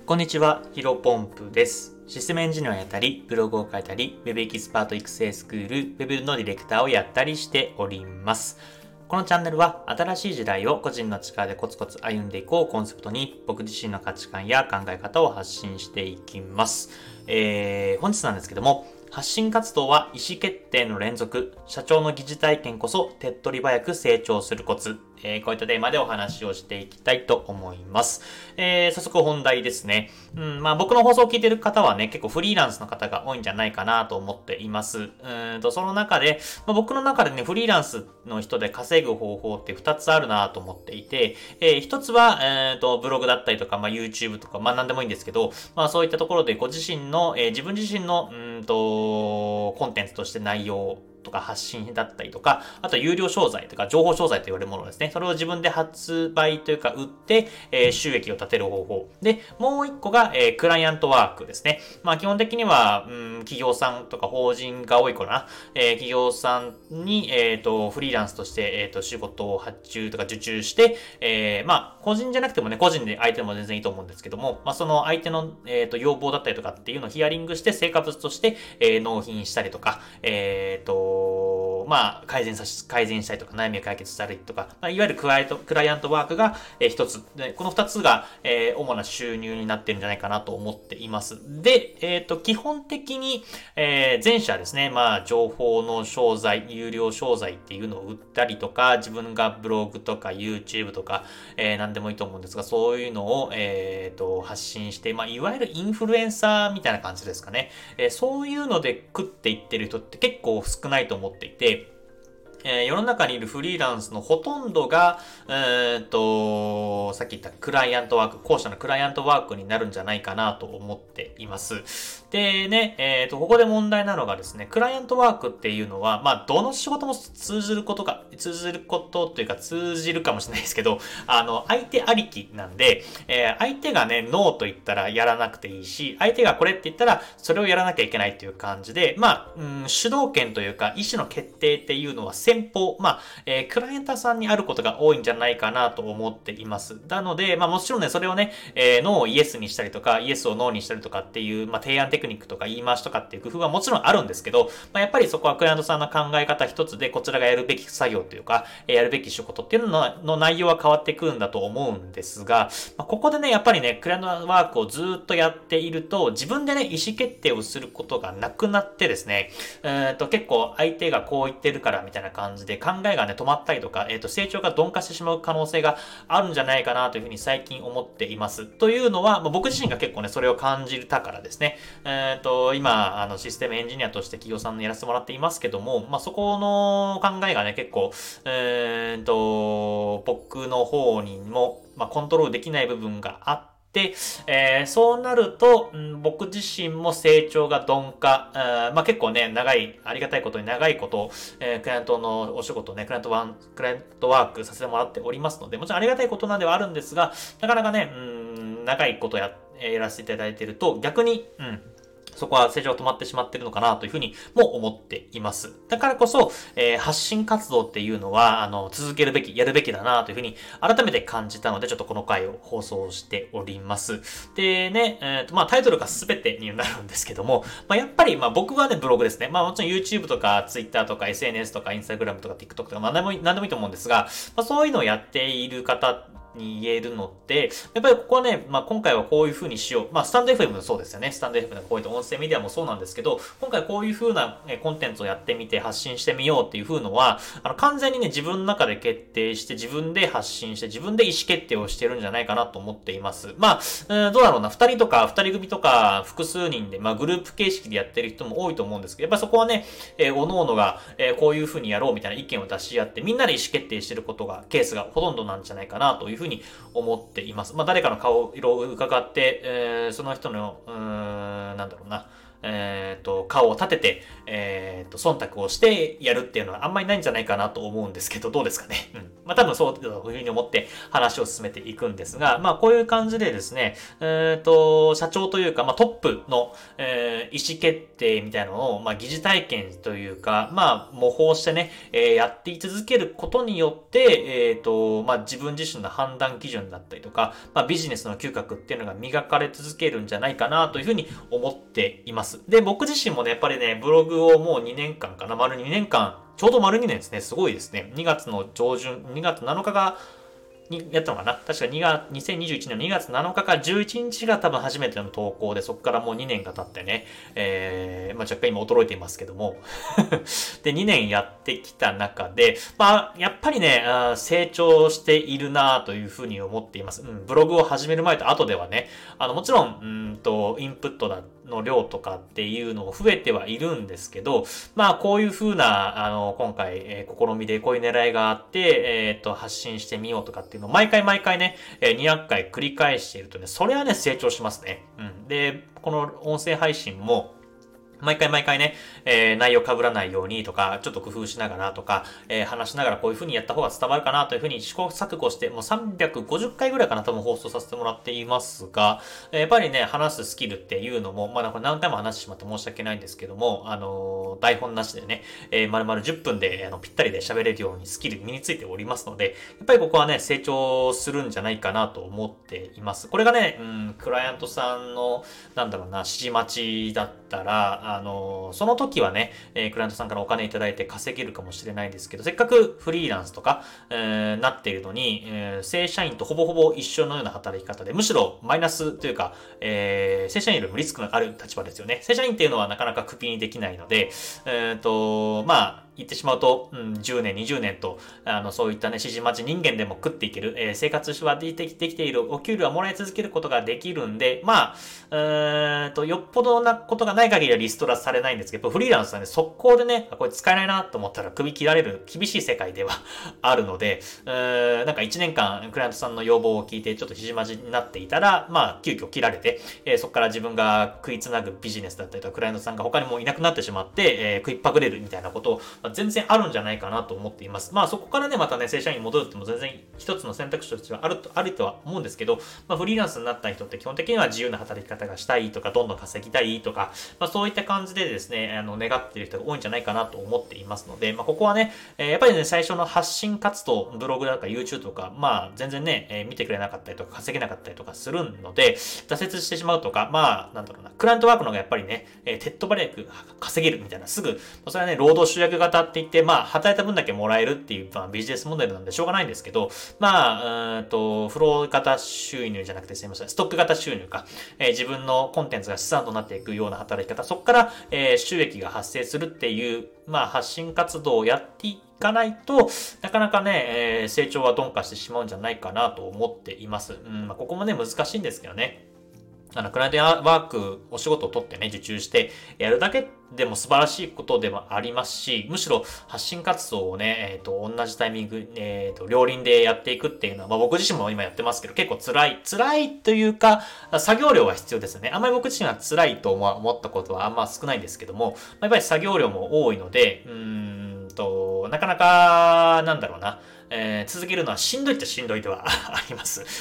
こんにちは、ヒロポンプです。システムエンジニアをやったり、ブログを書いたり、Web エキスパート育成スクール、Web のディレクターをやったりしております。このチャンネルは新しい時代を個人の力でコツコツ歩んでいこうコンセプトに僕自身の価値観や考え方を発信していきます。本日なんですけども、発信活動は意思決定の連続、社長の疑似体験こそ手っ取り早く成長するコツ、こういったテーマでお話をしていきたいと思います。早速本題ですね。僕の放送を聞いている方はね、結構フリーランスの方が多いんじゃないかなと思っています。その中で、僕の中でね、フリーランスの人で稼ぐ方法って2つあるなと思っていて、1つは、ブログだったりとか、YouTube とか、何でもいいんですけど、そういったところでご自身の、自分自身の、コンテンツとして内容とか発信だったりとか、あと有料商材とか情報商材と言われるものですね。それを自分で発売というか売って、収益を立てる方法。で、もう一個が、クライアントワークですね。基本的には、企業さんとか法人が多い頃な、企業さんに、フリーランスとして、仕事を発注とか受注して、個人じゃなくてもね、個人で相手でも全然いいと思うんですけども、その相手の、要望だったりとかっていうのをヒアリングして成果物として、納品したりとか、改善したりとか、悩みを解決したりとか、いわゆるクライアントワークが一つ。この二つが主な収入になってるんじゃないかなと思っています。で、基本的に前者ですね、情報の商材、有料商材っていうのを売ったりとか、自分がブログとか YouTube とか、何でもいいと思うんですが、そういうのを発信して、いわゆるインフルエンサーみたいな感じですかね。そういうので食っていってる人って結構少ないと思っていて、世の中にいるフリーランスのほとんどが、さっき言ったクライアントワーク、後者のクライアントワークになるんじゃないかなと思っています。でね、ここで問題なのがですね、クライアントワークっていうのは、どの仕事も通じることというか通じるかもしれないですけど、相手ありきなんで、相手がね、ノーと言ったらやらなくていいし、相手がこれって言ったらそれをやらなきゃいけないっていう感じで、主導権というか意思の決定っていうのは先方、クライアントさんにあることが多いんじゃないかなと思っています。なので、もちろんね、それをね、ノーをイエスにしたりとか、イエスをノーにしたりとかっていう、提案テクニックとか言い回しとかっていう工夫はもちろんあるんですけど、やっぱりそこはクライアントさんの考え方一つで、こちらがやるべき作業というか、やるべき仕事っていうの内容は変わってくるんだと思うんですが、ここでね、やっぱりね、クライアントワークをずっとやっていると、自分でね、意思決定をすることがなくなってですね、結構相手がこう言ってるからみたいな感じで考えがね、止まったりとか、成長が鈍化してしまう可能性があるんじゃないかなというふうに最近思っています。というのは、僕自身が結構ね、それを感じたからですね。今、システムエンジニアとして企業さんにやらせてもらっていますけども、そこの考えがね、結構、僕の方にも、コントロールできない部分があって、そうなると、僕自身も成長が鈍化、結構ね、ありがたいことに長いこと、クライアントのお仕事ね、クライアントワークさせてもらっておりますので、もちろんありがたいことなんではあるんですが、なかなかね、長いことやらせていただいていると、逆に、そこは成長が止まってしまっているのかなというふうにも思っています。だからこそ、発信活動っていうのは、続けるべき、やるべきだなというふうに改めて感じたので、ちょっとこの回を放送しております。でね、タイトルが全てになるんですけども、やっぱり、僕はね、ブログですね。もちろん YouTube とか Twitter とか SNS とか Instagram とか TikTok とか、何でもいいと思うんですが、そういうのをやっている方に言えるのって、やっぱりここはね、今回はこういう風にしよう。スタンド FM もそうですよね。スタンド FM のこういった音声メディアもそうなんですけど、今回こういう風なコンテンツをやってみて発信してみようっていう風のは、完全にね、自分の中で決定して、自分で発信して、自分で意思決定をしてるんじゃないかなと思っています。どうだろうな、二人組とか、複数人で、グループ形式でやってる人も多いと思うんですけど、やっぱそこはね、各々が、こういう風にやろうみたいな意見を出し合って、みんなで意思決定してるケースがほとんどなんじゃないかなという風に思っています。誰かの顔色を伺って、その人の、顔を立てて、忖度をしてやるっていうのはあんまりないんじゃないかなと思うんですけど、どうですかね。 まあ多分そういうふうに思って話を進めていくんですが、まあこういう感じでですね、社長というか、まあトップの、意思決定みたいなのを、まあ疑似体験というか、まあ模倣してね、やってい続けることによって、まあ自分自身の判断基準だったりとか、まあビジネスの嗅覚っていうのが磨かれ続けるんじゃないかなというふうに思っています。で、僕自身もね、やっぱりね、ブログをもう2年間かな、丸2年間、ちょうど丸2年ですね。すごいですね。2月の上旬、2月7日がにやったのかな、確か2021年の2月7日か11日が多分初めての投稿で、そこからもう2年が経ってね、まあ若干今驚いていますけども。で、2年やってきた中で、まあ、やっぱりね、成長しているなというふうに思っています。ブログを始める前と後ではね、もちろん、インプットの量とかっていうのも増えてはいるんですけど、まあこういう風な、今回、試みでこういう狙いがあって、発信してみようとかっていうのを毎回毎回ね、200回繰り返しているとね、それはね、成長しますね。で、この音声配信も、毎回毎回ね、内容被らないようにとか、ちょっと工夫しながらとか、話しながらこういう風にやった方が伝わるかなという風に試行錯誤して、もう350回ぐらいかな多分放送させてもらっていますが、やっぱりね、話すスキルっていうのも、まあなんか何回も話してしまって申し訳ないんですけども、台本なしでね、丸々10分で、ぴったりで喋れるようにスキル身についておりますので、やっぱりここはね、成長するんじゃないかなと思っています。これがね、クライアントさんの、なんだろうな、指示待ちだったら、その時はね、クライアントさんからお金いただいて稼げるかもしれないですけど、せっかくフリーランスとか、なっているのに、正社員とほぼほぼ一緒のような働き方で、むしろマイナスというか、正社員よりもリスクのある立場ですよね。正社員っていうのはなかなかクビにできないので、まあ、言ってしまうと、10年、20年と、そういったね、指示待ち人間でも食っていける、生活はできている、お給料はもらい続けることができるんで、まあ、よっぽどなことがない限りはリストラされないんですけど、フリーランスはね、速攻でね、これ使えないなと思ったら首切られる厳しい世界ではあるので、なんか1年間クライアントさんの要望を聞いてちょっと指示待ちになっていたら、まあ、急遽切られて、そこから自分が食いつなぐビジネスだったりとか、クライアントさんが他にもいなくなってしまって、食いっぱぐれるみたいなことを、全然あるんじゃないかなと思っています。まあそこからね、またね、正社員に戻るっても全然一つの選択肢としてはあるとは思うんですけど、まあフリーランスになった人って基本的には自由な働き方がしたいとか、どんどん稼ぎたいとか、まあそういった感じでですね、願っている人が多いんじゃないかなと思っていますので、まあここはね、やっぱりね、最初の発信活動、ブログだとか YouTube とか、まあ全然ね、見てくれなかったりとか、稼げなかったりとかするので、挫折してしまうとか、まあなんだろうな、クライアントワークの方がやっぱりね、手っ取早く稼げるみたいな、すぐ、それはね、労働集約型って言って、まあ働いた分だけもらえるっていう、まあ、ビジネスモデルなんでしょうがないんですけど、まあ、フロー型収入じゃなくてすみません、ストック型収入か、自分のコンテンツが資産となっていくような働き方、そこから、収益が発生するっていう、まあ、発信活動をやっていかないと、なかなかね、成長は鈍化してしまうんじゃないかなと思っています。まあ、ここもね、難しいんですけどね。クライアントワーク、お仕事を取ってね、受注してやるだけでも素晴らしいことでもありますし、むしろ発信活動をね、同じタイミング、両輪でやっていくっていうのは、まあ僕自身も今やってますけど、結構辛いというか、作業量は必要ですね。あんまり僕自身は辛いと思ったことはあんま少ないんですけども、やっぱり作業量も多いので、なかなか、なんだろうな、続けるのはしんどいっちゃしんどいではあります。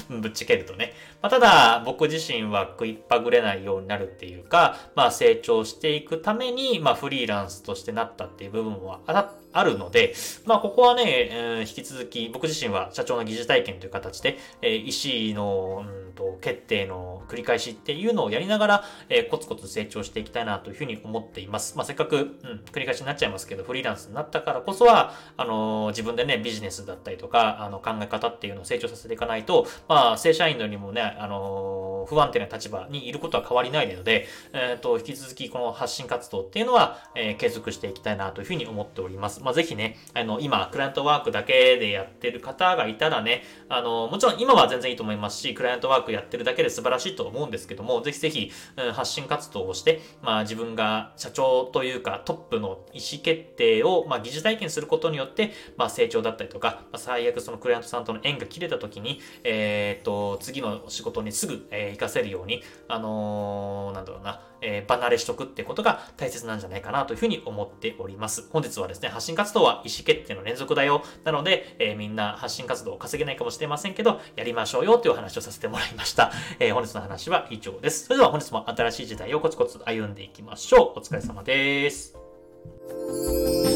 ぶっちゃけるとね。まあ、ただ、僕自身は食いっぱぐれないようになるっていうか、まあ成長していくために、まあフリーランスとしてなったっていう部分はあるので、まあここはね、引き続き僕自身は社長の疑似体験という形で、意思の、決定の繰り返しっていうのをやりながら、コツコツ成長していきたいなというふうに思っています。まあせっかく、繰り返しになっちゃいますけど、フリーランスになったからこそは、自分でね、ビジネスだったりとか、考え方っていうのを成長させていかないと、まあ正社員のにもね、不安定な立場にいることは変わりないので、引き続きこの発信活動っていうのは、継続していきたいなというふうに思っております。まあ、ぜひね、今、クライアントワークだけでやってる方がいたらね、もちろん今は全然いいと思いますし、クライアントワークやってるだけで素晴らしいと思うんですけども、ぜひぜひ、発信活動をして、まあ、自分が社長というかトップの意思決定を、まあ、疑似体験することによって、まあ、成長だったりとか、まあ、最悪そのクライアントさんとの縁が切れた時に、次の仕事にすぐ、 活かせるように、なんだろうな、離れしとくってことが大切なんじゃないかなというふうに思っております。本日はですね、発信活動は意思決定の連続だよ。なので、みんな発信活動を稼げないかもしれませんけど、やりましょうよというお話をさせてもらいました。本日の話は以上です。それでは本日も新しい時代をコツコツ歩んでいきましょう。お疲れ様です。